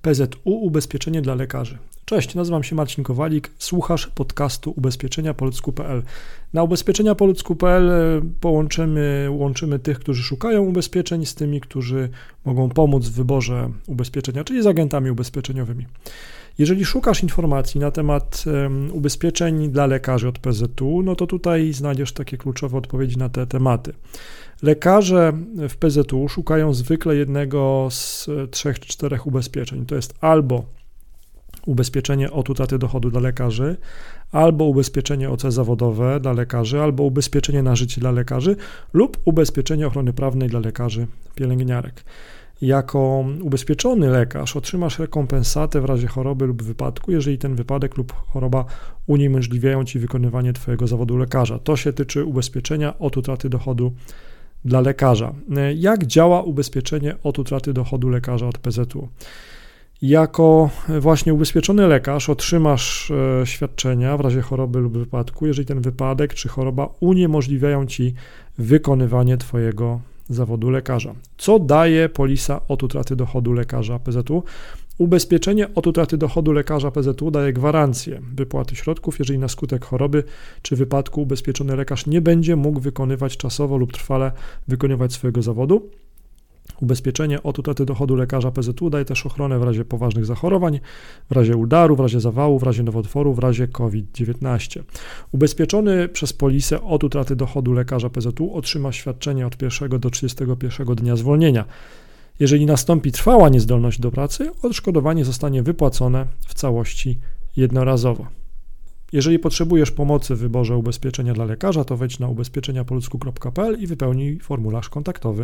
PZU Ubezpieczenie dla lekarzy. Cześć, nazywam się Marcin Kowalik, słuchasz podcastu ubezpieczeniapoludzku.pl. Na ubezpieczeniapoludzku.pl łączymy tych, którzy szukają ubezpieczeń z tymi, którzy mogą pomóc w wyborze ubezpieczenia, czyli z agentami ubezpieczeniowymi. Jeżeli szukasz informacji na temat ubezpieczeń dla lekarzy od PZU, no to tutaj znajdziesz takie kluczowe odpowiedzi na te tematy. Lekarze w PZU szukają zwykle jednego z 3 czy 4 ubezpieczeń. To jest albo ubezpieczenie od utraty dochodu dla lekarzy, albo ubezpieczenie OC zawodowe dla lekarzy, albo ubezpieczenie na życie dla lekarzy lub ubezpieczenie ochrony prawnej dla lekarzy, pielęgniarek. Jako ubezpieczony lekarz otrzymasz rekompensatę w razie choroby lub wypadku, jeżeli ten wypadek lub choroba uniemożliwiają Ci wykonywanie Twojego zawodu lekarza. To się tyczy ubezpieczenia od utraty dochodu dla lekarza. Jak działa ubezpieczenie od utraty dochodu lekarza od PZU? Jako właśnie ubezpieczony lekarz otrzymasz świadczenia w razie choroby lub wypadku, jeżeli ten wypadek czy choroba uniemożliwiają Ci wykonywanie Twojego zawodu lekarza. Co daje polisa od utraty dochodu lekarza PZU? Ubezpieczenie od utraty dochodu lekarza PZU daje gwarancję wypłaty środków, jeżeli na skutek choroby czy wypadku ubezpieczony lekarz nie będzie mógł wykonywać czasowo lub trwale wykonywać swojego zawodu. Ubezpieczenie od utraty dochodu lekarza PZU daje też ochronę w razie poważnych zachorowań, w razie udaru, w razie zawału, w razie nowotworu, w razie COVID-19. Ubezpieczony przez polisę od utraty dochodu lekarza PZU otrzyma świadczenie od 1 do 31 dnia zwolnienia. Jeżeli nastąpi trwała niezdolność do pracy, odszkodowanie zostanie wypłacone w całości jednorazowo. Jeżeli potrzebujesz pomocy w wyborze ubezpieczenia dla lekarza, to wejdź na ubezpieczeniapoludzku.pl i wypełnij formularz kontaktowy.